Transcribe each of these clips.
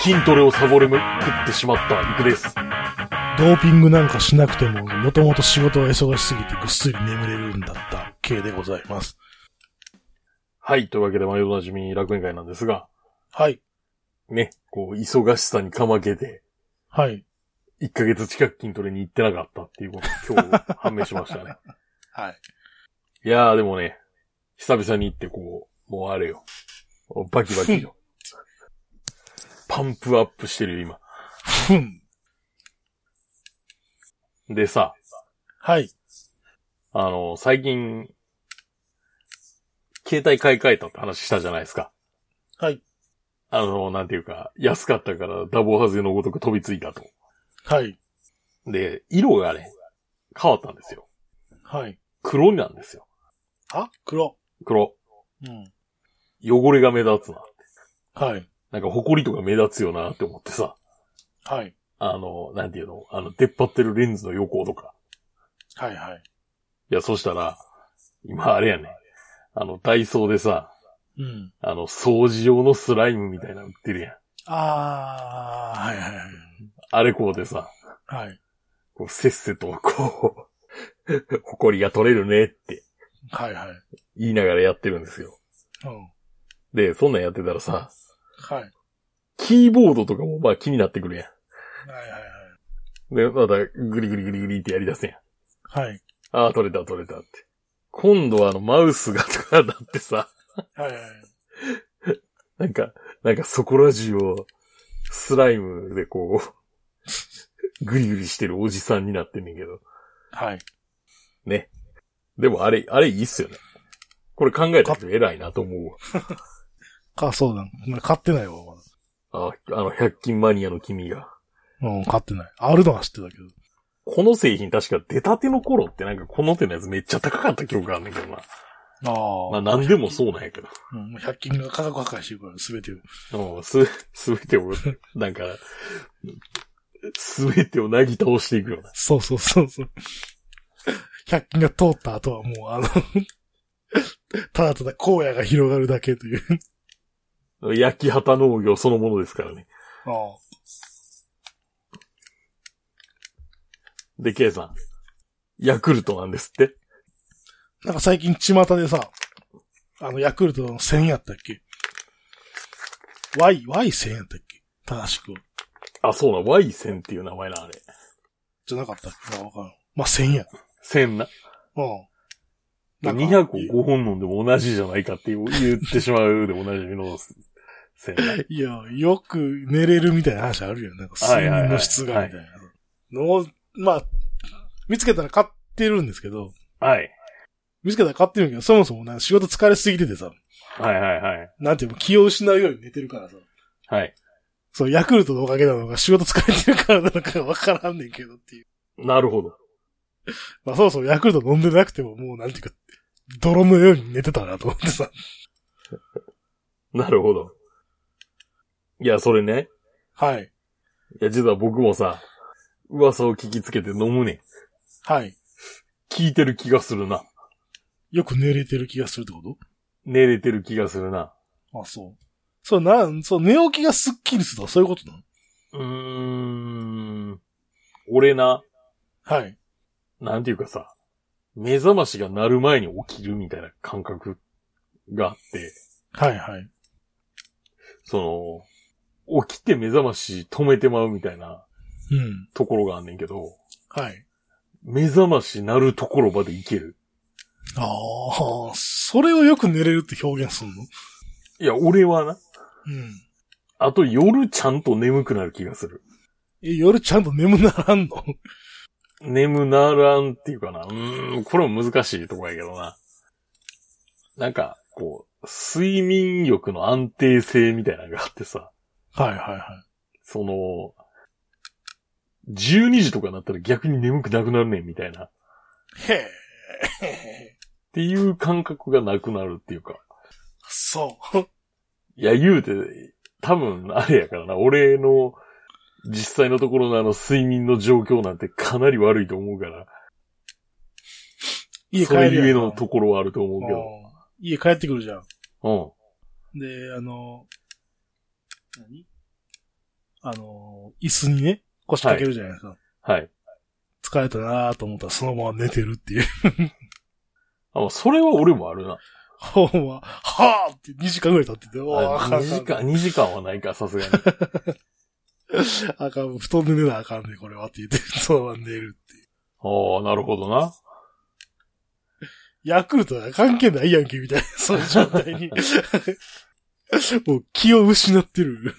筋トレをサボりまくってしまったイクです。 ドーピングなんかしなくても、もともと仕事が忙しすぎてぐっすり眠れるんだった K でございます。 はい。というわけで、毎度おなじみ楽園会なんですが。 はい。 ね、こう、忙しさにかまけて。 はい。 1ヶ月近く筋トレに行ってなかったっていうこと今日判明しましたね。 はい。 いやーでもね、久々に行ってこう、もうあれよ。バキバキよ。パンプアップしてるよ、今。 ふん。 でさ。 はい。 最近、携帯買い替えたって話したじゃないですか。 はい。 なんていうか、安かったからダボハゼのごとく飛びついたと。 はい。 で、色がね、変わったんですよ。 はい。 黒なんですよ。 黒。うん。 汚れが目立つなって。 はい。 なんか埃とか目立つよなって思ってさ。 はい。 なんていうの出っ張ってるレンズの横とか。 はいはい。 いや、そしたら、今あれやね。ダイソーでさ、 うん。 掃除用のスライムみたいなの売ってるやん。 はいはいはい。 あれこうでさ、 はい。 こうせっせとこう、埃が取れるねってはいはい。 言いながらやってるんですよ。 うん。 で、そんなんやってたらさ、 はい。 キーボードとかもまあ気になってくるやん。 はいはいはい。 で、またグリグリグリグリってやり出すやん。 はい。 ああ、取れたって。今度はマウスがとかだってさ、 はいはい。 なんかそこら中をスライムでこう、グリグリしてるおじさんになってんねんけど。 はい。 ね。でもあれいいっすよね。これ考えた人偉いなと思うわ。 そうだ。買ってないわ、まだ。 100均マニアの君が。 うん、買ってない。あるのは知ってたけど。 この製品確か出たての頃ってなんかこの手のやつめっちゃ高かった記憶あんねんけどな。まあ何でもそうなんやけど。 うん、100均が価格破壊してるから、すべてを。 すべてを、なんか、すべてをなぎ倒していくような。 そう。100均が通った後はもうただただ荒野が広がるだけという。 焼き畑農業そのものですからね。で、K さん。ヤクルトなんですって。 なんか最近巷でさ、ヤクルトの1000やったっけ ?Y1000 やったっけ正しく。 あ、そうな、Y1000 っていう名前な、あれ。 じゃなかったっけわからん。まあ、1000や。 1000な。 なんか 205本飲んでも同じじゃないかって言ってしまうでおなじみの1000な。 いや、よく寝れるみたいな話あるよ。なんか睡眠の質がみたいなのを、まあ、見つけたら買ってるんですけど。 はい。 見つけたら買ってるんだけど、そもそもなんか仕事疲れすぎててさ。 はい。 なんていうの、気を失うように寝てるからさ。 はい。 そう、ヤクルトのおかげなのか、仕事疲れてるからなのかわからんねんけどっていう。 なるほど。 まあそもそもヤクルト飲んでなくてももうなんていうか、泥のように寝てたなと思ってさ。 なるほど。いや、それね。 はい。 いや、実は僕もさ、噂を聞きつけて飲むねん。 はい。 聞いてる気がするな。 よく寝れてる気がするってこと？ 寝れてる気がするな。 あ、そう。寝起きがスッキリするとかそういうことなの？ 俺な。 はい。 なんていうかさ、目覚ましが鳴る前に起きるみたいな感覚があって。 はいはい。 起きて目覚まし止めてまうみたいな、 うん。 ところがあんねんけど。 はい。 目覚まし鳴るところまでいける。 ああ、それをよく寝れるって表現すんの？ いや、俺はな。 うん。 あと夜ちゃんと眠くなる気がする。 夜ちゃんと眠ならんの？ 眠ならんっていうかな。これも難しいとこやけどな。なんか、こう、睡眠欲の安定性みたいなのがあってさ。 はいはいはい。 12時とかになったら逆に眠くなくなるねんみたいな。 へえ。 っていう感覚がなくなるっていうか。 そう。 いや、言うて、多分、あれやからな。俺の実際のところの睡眠の状況なんてかなり悪いと思うから。 家帰るやん。 それゆえのところはあると思うけど。 家帰ってくるじゃん。 うん。 で、 椅子にね、腰掛けるじゃないですか。 はい。 疲れたなーと思ったらそのまま寝てるっていう。 それは俺もあるな。 ほんま、はぁって2時間ぐらい経ってて、 2時間はないか、さすがに。 あかん、布団で寝なあかんねこれはって言って、そのまま寝るっていう。 ああ、なるほどな。 ヤクルトは関係ないやんけ、みたいな、そういう状態に。もう気を失ってる。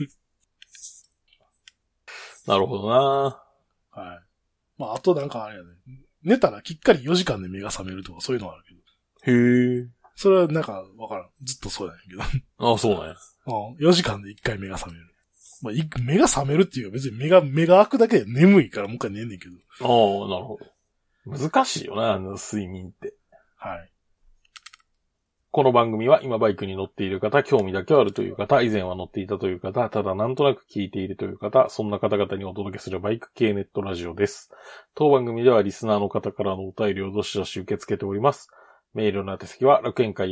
なるほどな。 はい。まあ、あとなんかあれやね。寝たらきっかり4時間で目が覚めるとかそういうのがあるけど。 へえ。 それはなんかわからん。ずっとそうやねんけど。 ああ、そうなんや。 4時間で1回目が覚める。まあ、目が覚めるっていうか別に目が開くだけで眠いからもう一回寝んねんけど。 ああ、なるほど。難しいよな、睡眠って。 はい。 この番組は今バイクに乗っている方、興味だけはあるという方、以前は乗っていたという方、ただなんとなく聞いているという方、そんな方々にお届けするバイク系ネットラジオです。当番組ではリスナーの方からのお便りをどしどし受け付けております。メールの宛先は楽園会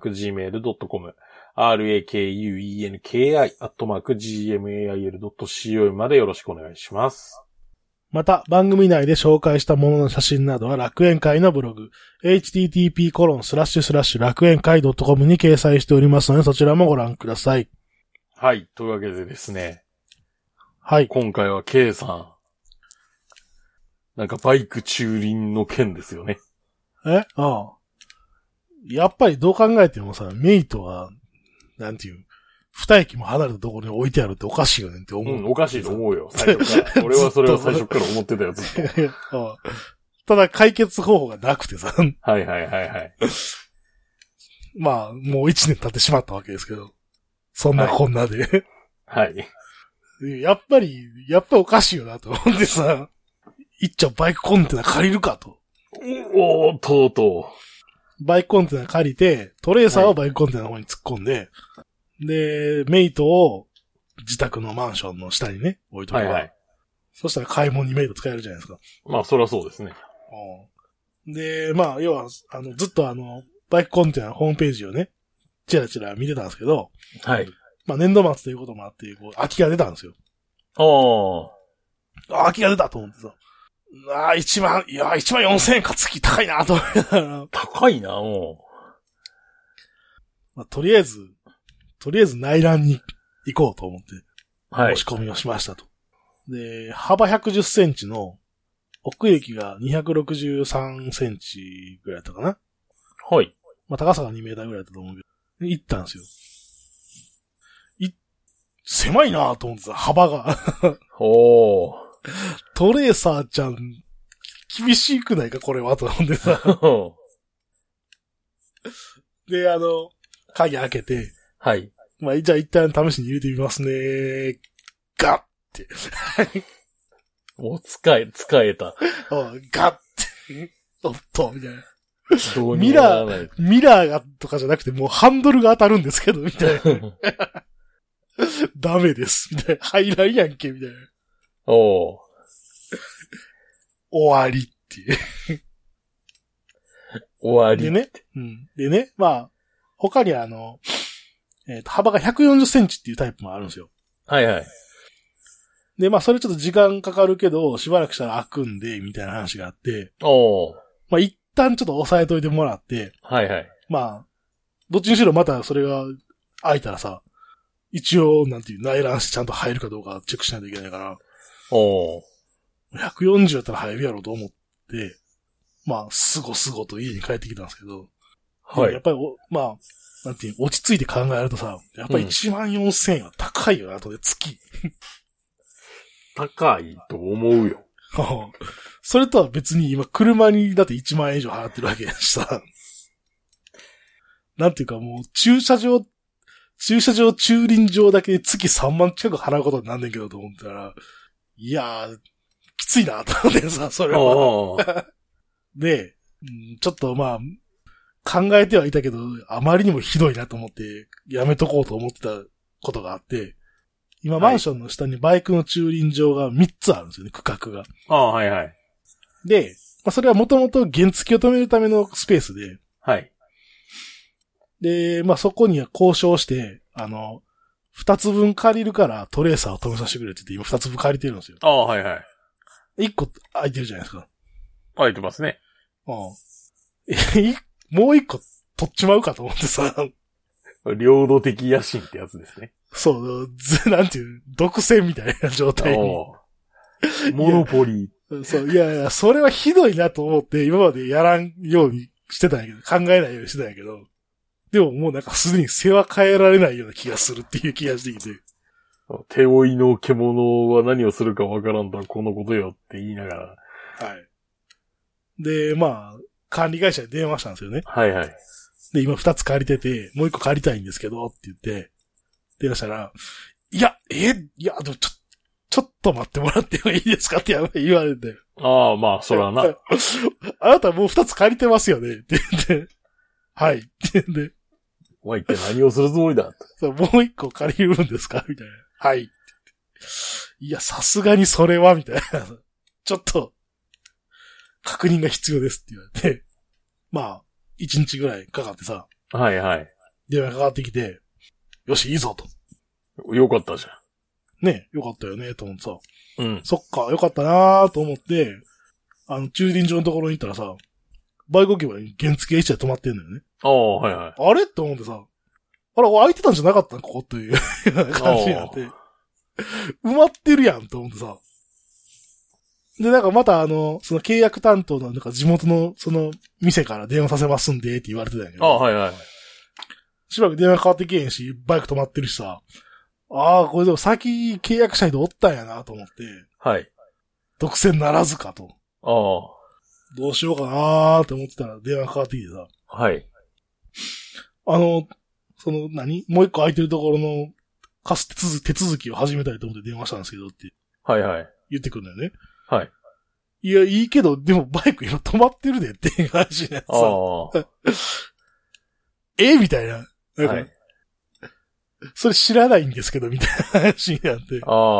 @gmail.com、rakuenki@gmail.com までよろしくお願いします。 また、番組内で紹介したものの写真などは楽園会のブログ、http:// 楽園会 .com に掲載しておりますので、そちらもご覧ください。 はい。というわけでですね。 はい。 今回は K さん。なんかバイク駐輪の件ですよね。 ああ。やっぱりどう考えてもさ、メイトは、なんていう、二駅も離れたところに置いてあるっておかしいよねって思う。 おかしいと思うよ。最初から。俺はそれは最初から思ってたやつ。 ただ解決方法がなくてさ。 はいはいはいはい。 まあ、もう1年経ってしまったわけですけど。そんなこんなで。 はい。 やっぱりおかしいよなと思ってさ、一丁バイクコンテナ借りるかと。 おー、とうとう。バイクコンテナ借りて、トレーサーをバイクコンテナの方に突っ込んで、で、メイトを自宅のマンションの下にね、置いとけば。はいはい。そしたら買い物にメイト使えるじゃないですか。 まあ、そりゃそうですね。 で、まあ、要は、ずっとバイクコンテナのホームページをね、チラチラ見てたんですけど、 はい。 まあ、年度末ということもあって、空きが出たんですよ。空きが出たと思ってさ。1万4000円か月高いなと思いながら。 高いな、もう。まあ、とりあえず内覧に行こうと思って、申し込みをしましたと。で、幅110センチの、奥行きが263センチぐらいだったかな。 はい。 まあ、高さが2メーターぐらいだったと思うけど、行ったんですよ。狭いなぁと思ってた、幅が。 おー。 トレーサーちゃん、厳しくないかこれはと思ってさ。で、鍵開けて、 はい。 まあ、じゃあ一旦試しに入れてみますね。ガッて。 もう使えた。 ガッて。おっと、みたいな。 どうにもならない。 ミラーがとかじゃなくて、もうハンドルが当たるんですけど、みたいな。ダメです。みたいな。入らんやんけ、みたいな。 おー。 終わりっていう。 終わり。 でね。でね、まあ、他に幅が140センチっていうタイプもあるんですよ。 はいはい。 で、まあ、それちょっと時間かかるけど、しばらくしたら開くんで、みたいな話があって。まあ、一旦ちょっと押さえといてもらって。 はいはい。 まあ、どっちにしろまたそれが開いたらさ、一応、なんていう、内覧してちゃんと入るかどうかチェックしないといけないから。140やったら入るやろうと思って、まあ、すごと家に帰ってきたんですけど。はい。やっぱりまあ、なんていう、落ち着いて考えるとさ、やっぱり14,000円は高いよな、後で月。 高いと思うよ。 それとは別に今、車にだって1万円以上払ってるわけやしさ。なんていうかもう、駐輪場だけで月3万近く払うことになんねんけどと思ったら、いやー、きついなと思ってさ、それは。で、ちょっとまあ、考えてはいたけど、あまりにもひどいなと思って、やめとこうと思ってたことがあって、今、マンションの下にバイクの駐輪場が3つあるんですよね、区画が。 はいはい。 で、まあ、それはもともと原付を止めるためのスペースで、 はい。 で、まあ、そこには交渉して、2 2つ分借りるからトレーサーを止めさせてくれって言って今2つ分借りてるんですよ。 ああ、はいはい。 1個空いてるじゃないですか。 空いてますね。 もう1個取っちまうかと思ってさ。 領土的野心ってやつですね。 そう、なんていう、独占みたいな状態に。 モノポリー。そう、いやいや、それはひどいなと思って、今までやらんようにしてたんやけど、考えないようにしてたんやけど、でももうなんかすでに世話変えられないような気がするっていう気がしてきて。 手負いの獣は何をするかわからんとはこのことよって言いながら。 はい。で、まあ、管理会社に電話したんですよね。 はいはい。 で、今2つ借りてて、もう1個借りたいんですけど、って言って、電話したら、いや、でもちょっと待ってもらってもいいですかって言われて。 ああ、まあ、そらな。 あなたもう2つ借りてますよねって言って。はい。って言って。 お前一体何をするつもりだそう、もう1個借りるんですかみたいな。はい。いや、さすがにそれは、みたいな。ちょっと、確認が必要ですって言われて。まあ、1日ぐらいかかってさ。 はいはい。 電話かかってきて、よし、いいぞと。 よかったじゃん。ね、よかったよね、と思ってさ。 うん。 そっか、よかったなーと思って、駐輪場のところに行ったらさ、バイク置き場に原付1台止まってんのよね。 ああ、はいはい。 あれって思ってさ、あら、空いてたんじゃなかったんここっていう感じになって。埋まってるやんと思ってさ。で、なんかまたその契約担当のなんか地元のその店から電話させますんでって言われてたんやけど。 ああ、はいはい。 しばらく電話かかってけへんし、バイク止まってるしさ。ああ、これでも先契約者でおったんやなと思って。 はい。 独占ならずかと。 ああ。 どうしようかなーって思ってたら電話かかってきてさ。 はい。 もう一個空いてるところの貸す手続きを始めたいと思って電話したんですけどって。 はいはい。 言ってくるんだよね。 はい。 いや、いいけど、でもバイク今止まってるでっていう話になってさ。みたいな。はい。それ知らないんですけど、みたいな話になって。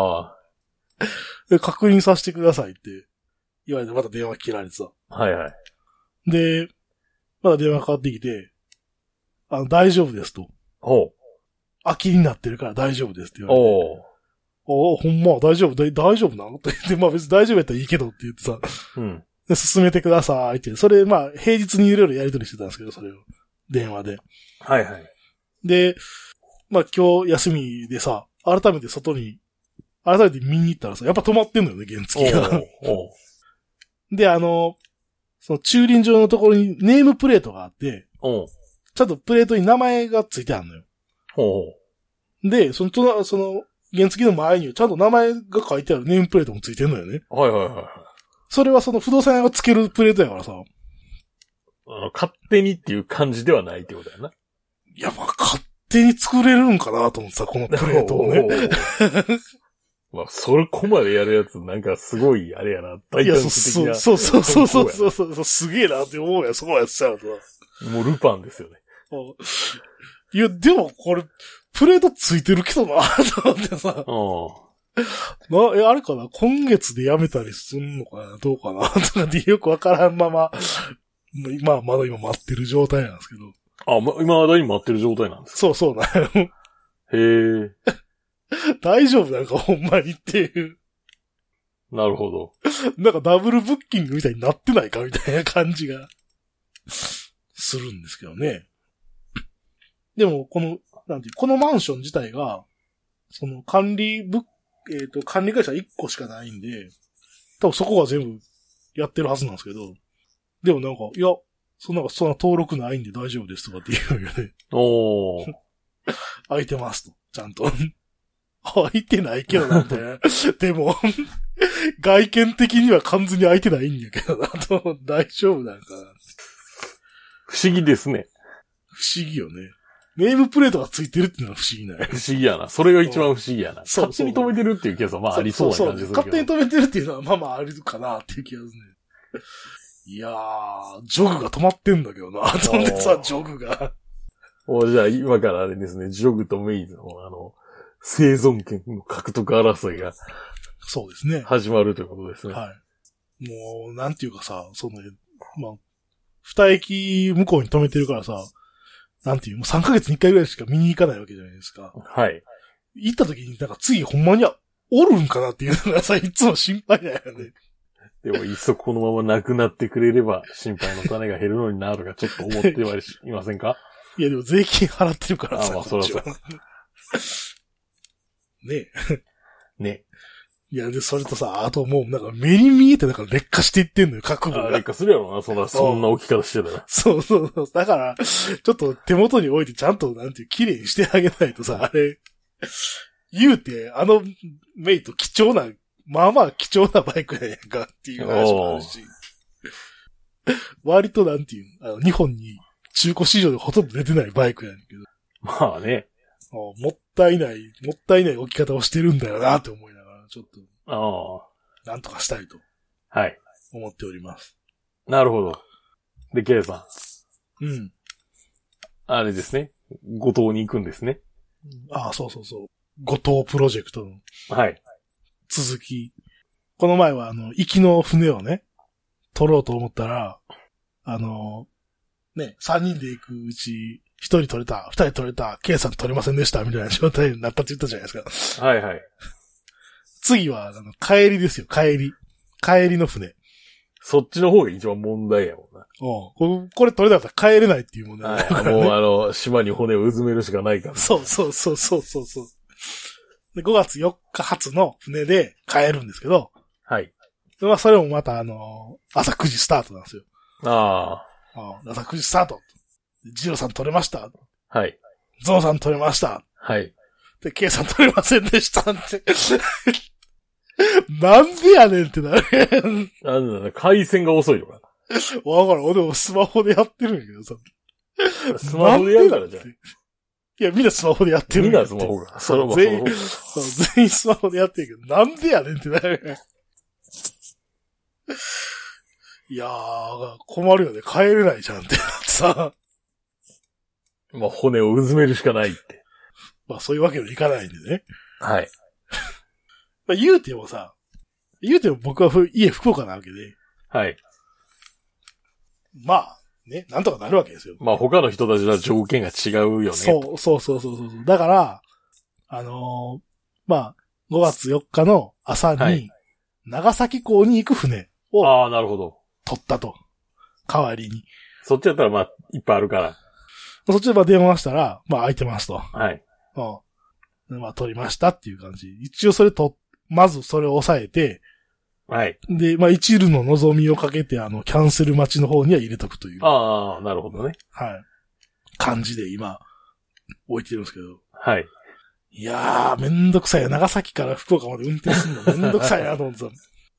確認させてくださいって言われて、また電話切られてさ。 はいはい。 で、まだ電話かかってきて、大丈夫ですと。空きになってるから大丈夫ですって言われて。ほんま、大丈夫なのって言って、まあ別に大丈夫やったらいいけどって言ってさ。 うん。 で、進めてくださいって。それ、まあ、平日にいろいろやり取りしてたんですけど、それを。電話で。 はいはい。で、 まあ今日休みでさ、改めて見に行ったらさ、やっぱ止まってんのよね、原付が。で、その駐輪場のところにネームプレートがあって、ちゃんとプレートに名前がついてあるのよ。で、その原付の前にちゃんと名前が書いてあるネームプレートもついてんのよね。はいはいはい。それはその不動産屋がつけるプレートやからさ。 勝手にっていう感じではないってことやな。 いや、まあ、勝手に作れるんかなと思ってさ、このプレートをね。 まあ、それこまでやるやつ、なんかすごい、あれやな、大胆的な。 そう、すげえなって思うや、そこやっちゃうと。 もうルパンですよね。 いや、でもこれ、プレートついてるけどな、と思ってさ。あれかな、今月でやめたりすんのかな、どうかな、とかってよくわからんまま、まだ今待ってる状態なんですけど。 今まだに待ってる状態なんですか？ そうなんよ。 へえ。 大丈夫なんかほんまにっていう。 なるほど。 なんかダブルブッキングみたいになってないかみたいな感じがするんですけどね。でも、このマンション自体が、その管理会社1個しかないんで、多分そこが全部やってるはずなんですけど、でもなんか、いや、そんな登録ないんで大丈夫ですとかって言うよね。空いてますと、ちゃんと。空いてないけどなんて。でも、外見的には完全に空いてないんやけどなと、大丈夫なんかな。 不思議ですね。 不思議よね。ネームプレートがついてるっていうのは不思議なよ。 不思議やな。それが一番不思議やな。勝手に止めてるっていうケースはまあありそうな感じするけど。 勝手に止めてるっていうのはまああるかなっていう気がするね。いやー、ジョグが止まってんだけどな。と思ってさ、ジョグが。 じゃあ今からあれですね、ジョグとメイズの生存権の獲得争いが。 そうですね。 始まるということですね。 はい。もう、なんていうかさ、二駅向こうに止めてるからさ、なんていう、もう3ヶ月に1回ぐらいしか見に行かないわけじゃないですか。 はい。 行った時になんか次ほんまにおるんかなっていうのがさ、いつも心配だよね。 でも、いっそこのまま亡くなってくれれば、心配の種が減るのになとか、ちょっと思ってはいませんか？ いや、でも税金払ってるからさ、 まあ、そらそう。 ねえ。 ね。 いや、で、それとさ、あともう、なんか目に見えてなんか劣化していってんのよ、覚悟が。 劣化するやろな、そんな置き方してたら。 そうそうそう。だから、ちょっと手元に置いてちゃんと、なんていう、綺麗にしてあげないとさ、あれ、言うて、メイト貴重な、まあまあ貴重なバイクやねんかっていう話もあるし。割となんていう、日本に中古市場でほとんど出てないバイクやねんけど。 まあね。 もったいない置き方をしてるんだよなって思いながら、ちょっと、なんとかしたいと。 はい。 思っております。 なるほど。で、ケイさん。うん。 あれですね。五島に行くんですね。 そうそうそう。五島プロジェクトの。 はい。 続き。この前は行きの船をね、取ろうと思ったら、ね、3人で行くうち、1人取れた、2人取れた、K さん取れませんでした、みたいな状態になったって言ったじゃないですか。 はいはい。 次は、帰りですよ、帰り。帰りの船。 そっちの方が一番問題やもんな。 これ取れなかったら帰れないっていう問題だから、ね。 もう島に骨をうずめるしかないから。 そう。で、5月4日発の船で帰るんですけど。 はい。 でそれもまた朝9時スタートなんですよ。朝9時スタート。ジロさん取れました。 はい。 ゾウさん取れました。 はい。 で、K さん取れませんでしたって。なんでやねんってなる。 なんだろう、回線が遅いのかな。 わからん。俺もスマホでやってるんやけどさ。 スマホでやるからじゃん。 いや、みんなスマホでやってるんや。みんなスマホが。 全員スマホでやってるけど、なんでやねんってなる。いやー、困るよね。帰れないじゃんってなってさ。 まあ、骨をうずめるしかないって。 まあ、そういうわけにはいかないんでね。 はい。 まあ、言うても僕は家福岡なわけで。 はい。 まあ、ね、なんとかなるわけですよ。 まあ、他の人たちは条件が違うよね。 そう。だから、まあ、5月4日の朝に、長崎港に行く船を、 なるほど。 取ったと。代わりに。 そっちやったらまあ、いっぱいあるから。 そっちでまあ電話したら、まあ空いてますと。 はい。 まあ取りましたっていう感じ。一応まずそれを抑えて、 はい。 で、まあ一縷の望みをかけてキャンセル待ちの方には入れとくという。 なるほどね。 はい。感じで今、置いてるんですけど。 はい。 いやー、めんどくさい。長崎から福岡まで運転するのめんどくさいなと思ってた。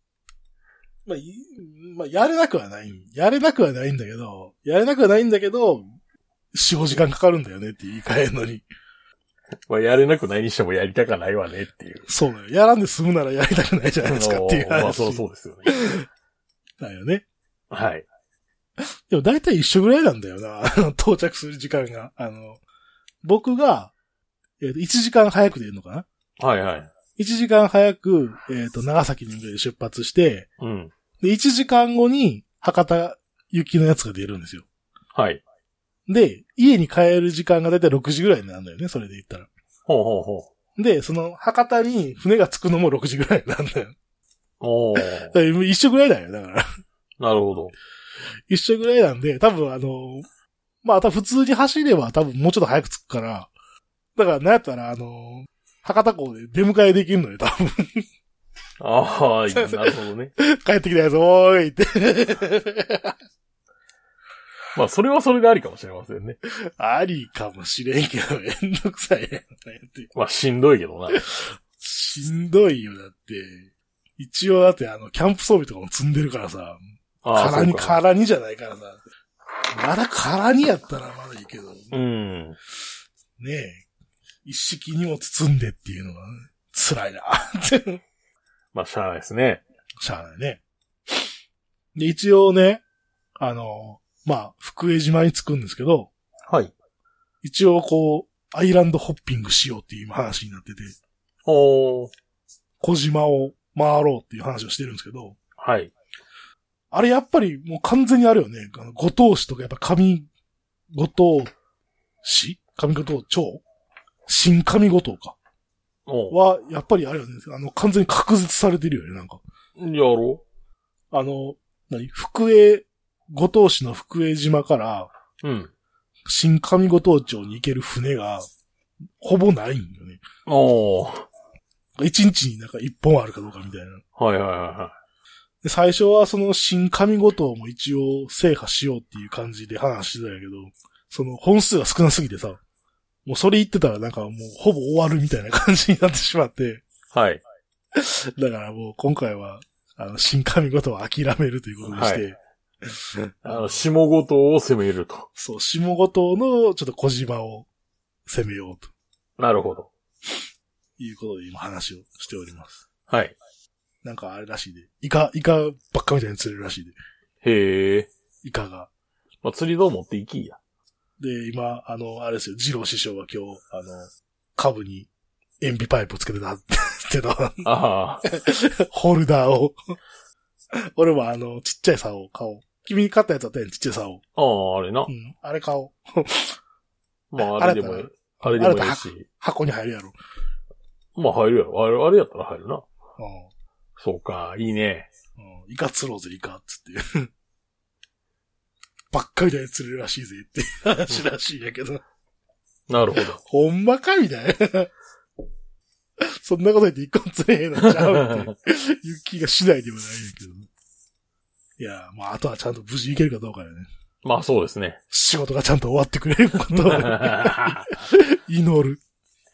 まあ、やれなくはないんだけど、4、5時間かかるんだよねって言い換えるのに。 まあ、やれなくないにしてもやりたかないわねっていう。 そうだよ。やらんで済むならやりたくないじゃないですかっていう話。 まあ、そうですよね。 だよね。 はい。 でも大体一緒ぐらいなんだよな。到着する時間が。僕が、1時間早く出るのかな？ はいはい。 1時間早く、長崎に向けて出発して、 うん。 で、1時間後に博多行きのやつが出るんですよ。 はい。 で、家に帰る時間がだいたい6時ぐらいになるんだよね、それで言ったら。 ほう。 で、その博多に船が着くのも6時ぐらいになるんだよ。一緒ぐらいだよ、だから。なるほど。 一緒ぐらいなんで、多分まあ、普通に走れば多分もうちょっと早く着くから、だからなんやったら博多港で出迎えできるのよ、多分。 なるほどね。 帰ってきたやつ、おーいって。 まあ、それはそれでありかもしれませんね。 ありかもしれんけど、めんどくさいね。 まあ、しんどいけどな。 しんどいよ、だって。一応だってキャンプ装備とかも積んでるからさ。空にじゃないからさ。まだ空にやったらまだいいけど。 うん。 ねえ。一式荷物積んでっていうのは、辛いな。 まあ、しゃあないですね。 しゃあないね。で、一応ね、まあ、福江島に着くんですけど、 はい。 一応アイランドホッピングしようっていう話になってて、小島を回ろうっていう話をしてるんですけど、 はい。 あれやっぱりもう完全にあるよね。五島市とかやっぱ上五島町新上五島か。 は、やっぱりあれよね、完全に確実されてるよね、なんか。 やろ五島市の福江島から、 うん。 新上五島町に行ける船が、ほぼないんよね。一日になんか一本あるかどうかみたいな。 はいはいはい。 で、最初はその新上五島も一応制覇しようっていう感じで話してたんやけど、その本数が少なすぎてさ、もうそれ言ってたらなんかもうほぼ終わるみたいな感じになってしまって。 はい。 だからもう今回は、新上五島を諦めるということにして、 はい、下五島を攻めると。 そう、下五島のちょっと小島を攻めようと。 なるほど。 いうことで今話をしております。 はい。 なんかあれらしいで。イカばっかみたいに釣れるらしいで。 へえ。 イカが。 まあ、釣り道持っていきや。 で、今、あれですよ、二郎師匠が今日、株に塩ビパイプつけてたっての。ああ。ホルダーを。俺もちっちゃい竿を買おう。君に買ったやつだったやん、ちっちゃい竿。 ああ、あれな。 うん、あれ買おう。 まあ、あれでもいい。あれでもいいし。 箱に入るやろ。 まあ、入るやろ。あれやったら入るな。 うん。 そうか、いいね。 うん。イカ釣ろうぜ、イカ、つって。ばっかみたいに釣れるらしいぜって話らしいんやけど。なるほど。ほんまかみたいな。そんなこと言って一個も釣れへんのちゃうっていう気がしないでもないんやけど。いや、まあ、あとはちゃんと無事いけるかどうかよね。 まあそうですね。 仕事がちゃんと終わってくれることを祈る。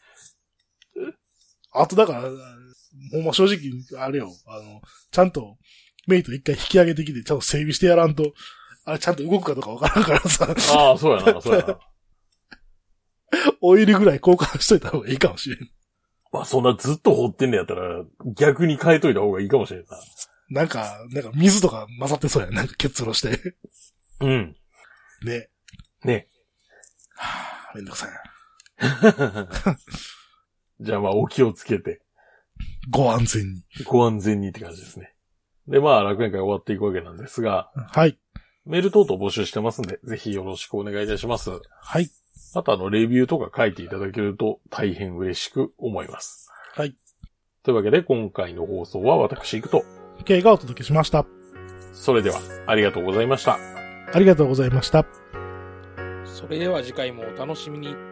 あとだから、ほんま正直、あれよ、ちゃんとメイト一回引き上げてきて、ちゃんと整備してやらんと、あれちゃんと動くかどうかわからんからさ。 ああ、そうやな、そうやな。 オイルぐらい交換しといた方がいいかもしれん。 まあそんなずっと掘ってんのやったら、逆に変えといた方がいいかもしれんな。 なんか水とか混ざってそうやん。なんか結露して。 うん。 ね。はぁ、めんどくさいな。じゃあまあお気をつけて。 ご安全に。 ご安全にって感じですね。でまあ楽園会終わっていくわけなんですが。 はい。 メール等々募集してますんで、ぜひよろしくお願いいたします。 はい。 あとレビューとか書いていただけると大変嬉しく思います。 はい。 というわけで今回の放送は私行くと。 K がお届けしました。 それでは、ありがとうございました。 ありがとうございました。 それでは次回もお楽しみに。